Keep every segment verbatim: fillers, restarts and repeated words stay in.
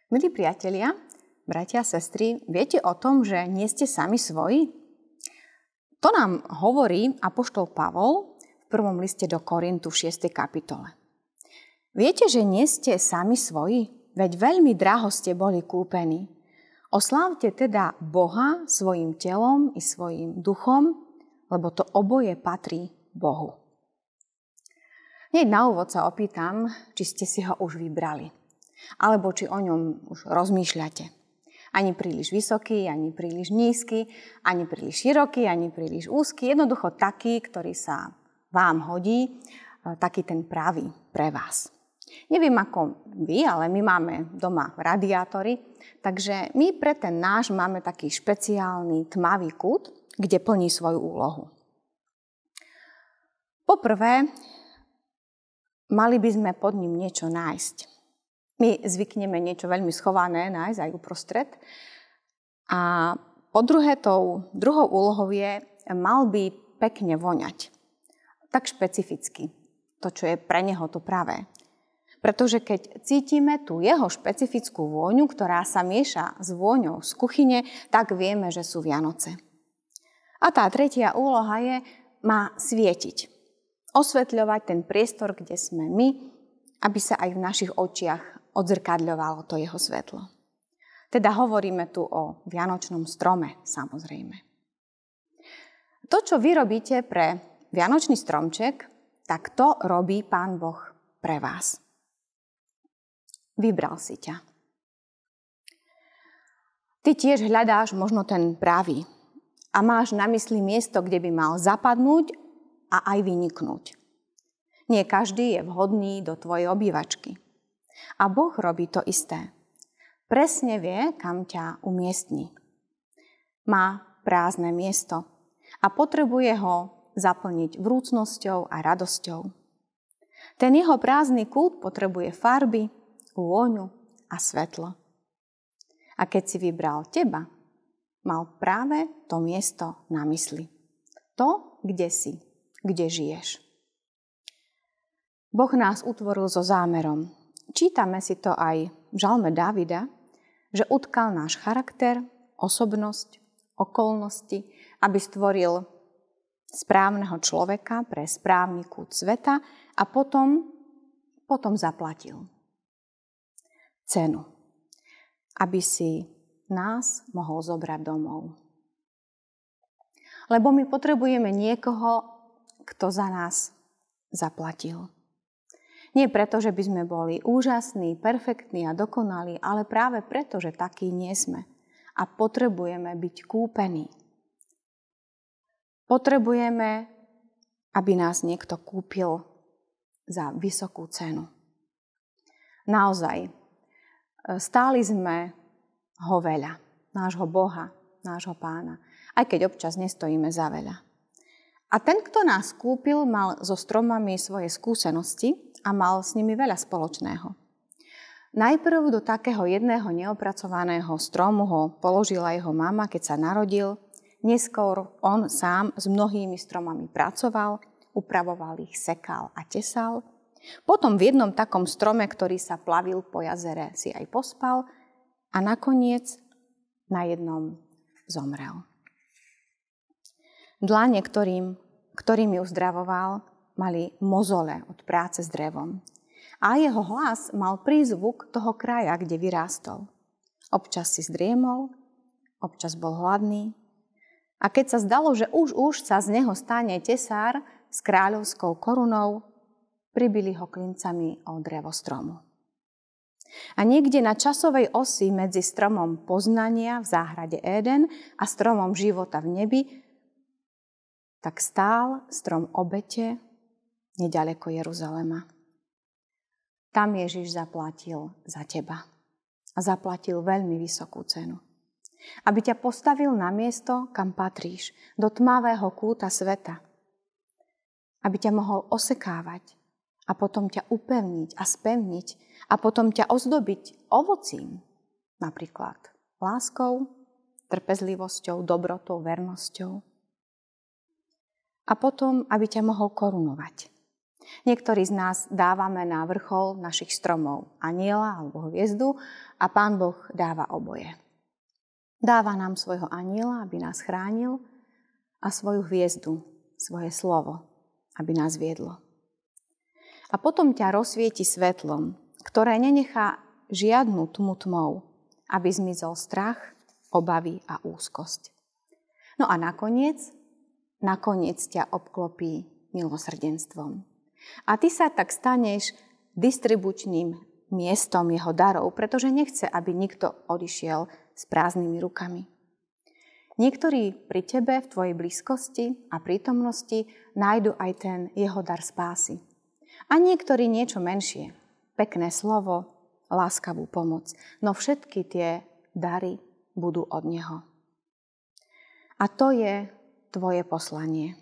Milí priatelia, bratia a sestry, viete o tom, že nie ste sami svoji? To nám hovorí apoštol Pavol v prvom liste do Korintu v šiestej kapitole. Viete, že nie ste sami svoji? Veď veľmi draho ste boli kúpení. Oslávte teda Boha svojim telom i svojim duchom, lebo to oboje patrí Bohu. Hneď na úvod sa opýtam, či ste si ho už vybrali. Alebo či o ňom už rozmýšľate. Ani príliš vysoký, ani príliš nízky, ani príliš široký, ani príliš úzky. Jednoducho taký, ktorý sa vám hodí, taký ten pravý pre vás. Neviem ako vy, ale my máme doma radiátory, takže my pre ten náš máme taký špeciálny tmavý kút, kde plní svoju úlohu. Poprvé, mali by sme pod ním niečo nájsť. My zvykneme niečo veľmi schované nájsť aj uprostred. A po druhé, tou druhou úlohou je, mal by pekne voňať. Tak špecificky. To, čo je pre neho to pravé. Pretože keď cítime tú jeho špecifickú vôňu, ktorá sa mieša s vôňou z kuchyne, tak vieme, že sú Vianoce. A tá tretia úloha je, má svietiť. Osvetľovať ten priestor, kde sme my, aby sa aj v našich očiach odzrkadľovalo to jeho svetlo. Teda hovoríme tu o vianočnom strome, samozrejme. To, čo vy robíte pre vianočný stromček, tak to robí Pán Boh pre vás. Vybral si ťa. Ty tiež hľadáš možno ten pravý a máš na mysli miesto, kde by mal zapadnúť a aj vyniknúť. Nie každý je vhodný do tvojej obývačky. A Boh robí to isté. Presne vie, kam ťa umiestni. Má prázdne miesto a potrebuje ho zaplniť vrúcnosťou a radosťou. Ten jeho prázdny kút potrebuje farby, vôňu a svetlo. A keď si vybral teba, mal práve to miesto na mysli. To, kde si, kde žiješ. Boh nás utvoril so zámerom. Čítame si to aj v žalme Dávida, že utkal náš charakter, osobnosť, okolnosti, aby stvoril správneho človeka pre správny kút sveta a potom, potom zaplatil cenu, aby si nás mohol zobrať domov. Lebo my potrebujeme niekoho, kto za nás zaplatil. Nie preto, že by sme boli úžasní, perfektní a dokonalí, ale práve preto, že takí nie sme. A potrebujeme byť kúpení. Potrebujeme, aby nás niekto kúpil za vysokú cenu. Naozaj, stáli sme ho veľa, nášho Boha, nášho Pána, aj keď občas nestojíme za veľa. A ten, kto nás kúpil, mal so stromami svoje skúsenosti a mal s nimi veľa spoločného. Najprv do takého jedného neopracovaného stromu ho položila jeho mama, keď sa narodil. Neskôr on sám s mnohými stromami pracoval, upravoval ich, sekal a tesal. Potom v jednom takom strome, ktorý sa plavil po jazere, si aj pospal a nakoniec na jednom zomrel. Dlane, ktorým, ktorými uzdravoval, mali mozole od práce s drevom. A jeho hlas mal prízvuk toho kraja, kde vyrástol. Občas si zdriemol, občas bol hladný. A keď sa zdalo, že už už sa z neho stane tesár s kráľovskou korunou, pribili ho klincami o drevo stromu. A niekde na časovej osi medzi stromom poznania v záhrade Éden a stromom života v nebi tak stál strom obete neďaleko Jeruzalema. Tam Ježiš zaplatil za teba. A zaplatil veľmi vysokú cenu. Aby ťa postavil na miesto, kam patríš, do tmavého kúta sveta. Aby ťa mohol osekávať a potom ťa upevniť a spevniť a potom ťa ozdobiť ovocím, napríklad láskou, trpezlivosťou, dobrotou, vernosťou. A potom, aby ťa mohol korunovať. Niektorí z nás dávame na vrchol našich stromov anjela alebo hviezdu a Pán Boh dáva oboje. Dáva nám svojho anjela, aby nás chránil, a svoju hviezdu, svoje slovo, aby nás viedlo. A potom ťa rozsvieti svetlom, ktoré nenechá žiadnu tmu tmou, aby zmizol strach, obavy a úzkosť. No a nakoniec, nakoniec ťa obklopí milosrdenstvom. A ty sa tak staneš distribučným miestom jeho darov, pretože nechce, aby nikto odišiel s prázdnymi rukami. Niektorí pri tebe, v tvojej blízkosti a prítomnosti nájdu aj ten jeho dar spásy. A niektorí niečo menšie, pekné slovo, láskavú pomoc. No všetky tie dary budú od neho. A to je tvoje poslanie.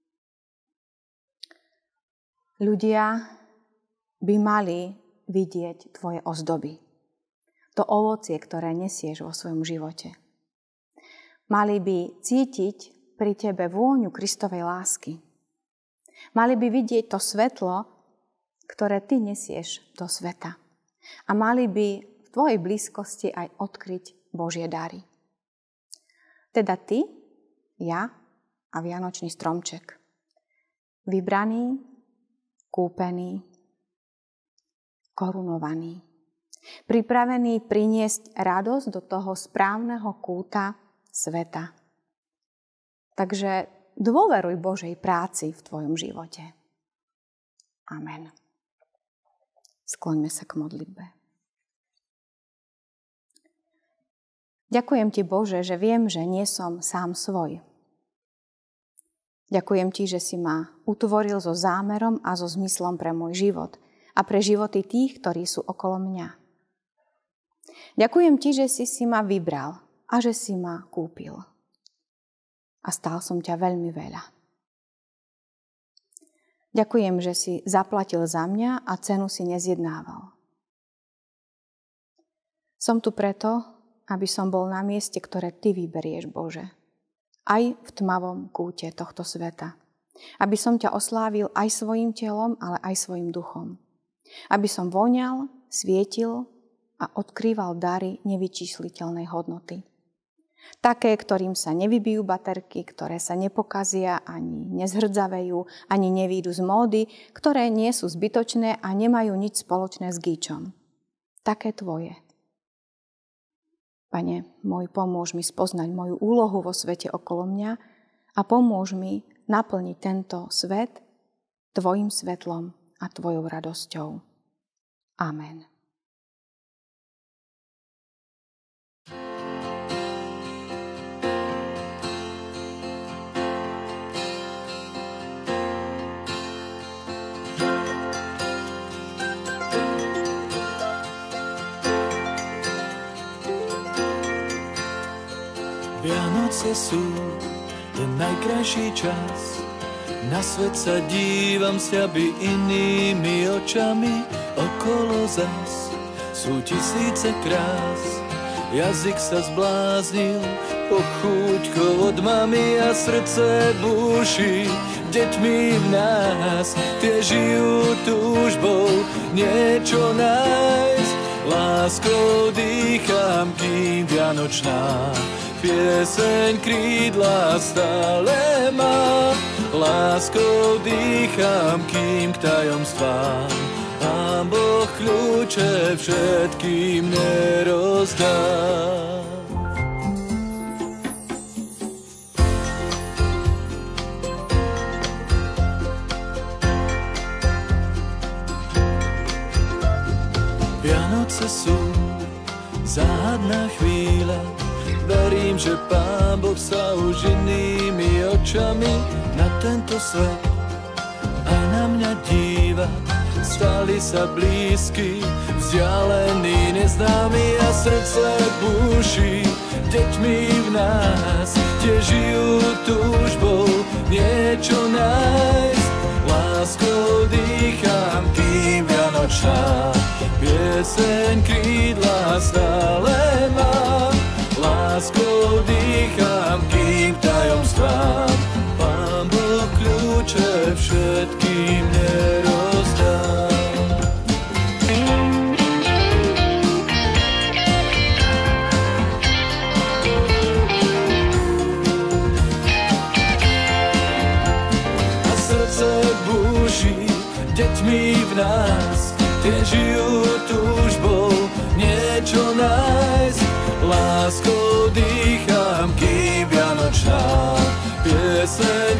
Ľudia by mali vidieť tvoje ozdoby. To ovocie, ktoré nesieš vo svojom živote. Mali by cítiť pri tebe vôňu Kristovej lásky. Mali by vidieť to svetlo, ktoré ty nesieš do sveta. A mali by v tvojej blízkosti aj odkryť Božie dary. Teda ty, ja a vianočný stromček. Vybraný, kúpený, korunovaný. Pripravený priniesť radosť do toho správneho kúta sveta. Takže dôveruj Božej práci v tvojom živote. Amen. Skloňme sa k modlitbe. Ďakujem ti, Bože, že viem, že nie som sám svoj. Ďakujem ti, že si ma utvoril so zámerom a so zmyslom pre môj život a pre životy tých, ktorí sú okolo mňa. Ďakujem ti, že si si ma vybral a že si ma kúpil. A stál som ťa veľmi veľa. Ďakujem, že si zaplatil za mňa a cenu si nezjednával. Som tu preto, aby som bol na mieste, ktoré ty vyberieš, Bože. Aj v tmavom kúte tohto sveta. Aby som ťa oslávil aj svojim telom, ale aj svojim duchom. Aby som voňal, svietil a odkrýval dary nevyčísliteľnej hodnoty. Také, ktorým sa nevybijú baterky, ktoré sa nepokazia, ani nezhrdzavejú, ani nevídu z módy, ktoré nie sú zbytočné a nemajú nič spoločné s gíčom. Také tvoje. Pane, môj, pomôž mi spoznať moju úlohu vo svete okolo mňa a pomôž mi naplniť tento svet tvojim svetlom a tvojou radosťou. Amen. Vianoce sú ten najkrajší čas. Na svet sa dívam s aby inými očami. Okolo zas sú tisíce krás. Jazyk sa zbláznil po chúťkou od mami a srdce búši deťmi v nás. Tie žijú túžbou niečo nájsť. Láskou dýcham, kým vianočná pieseň krídla stále má. Láskou dýcham, kým k tajomstvám Pán Boh kľúče všetkým nerozdá. Vianoce sú záhadná chvíľa. Verím, že Pán Boh sa už inými očami na tento svet aj na mňa díva. Stali sa blízky, vzdialení, neznámi a srdce búši deťmi v nás. Tie žijú túžbou niečo nájsť. Láskou dýcham, kým vianočná pieseň krídla stále má. Láskou dýcham, kým tajomstvám Pán Boh kľúče všetkým nerozdá. tie žijú túžbou niečo nájsť. Láskou dýcham, kým vianočná pieseň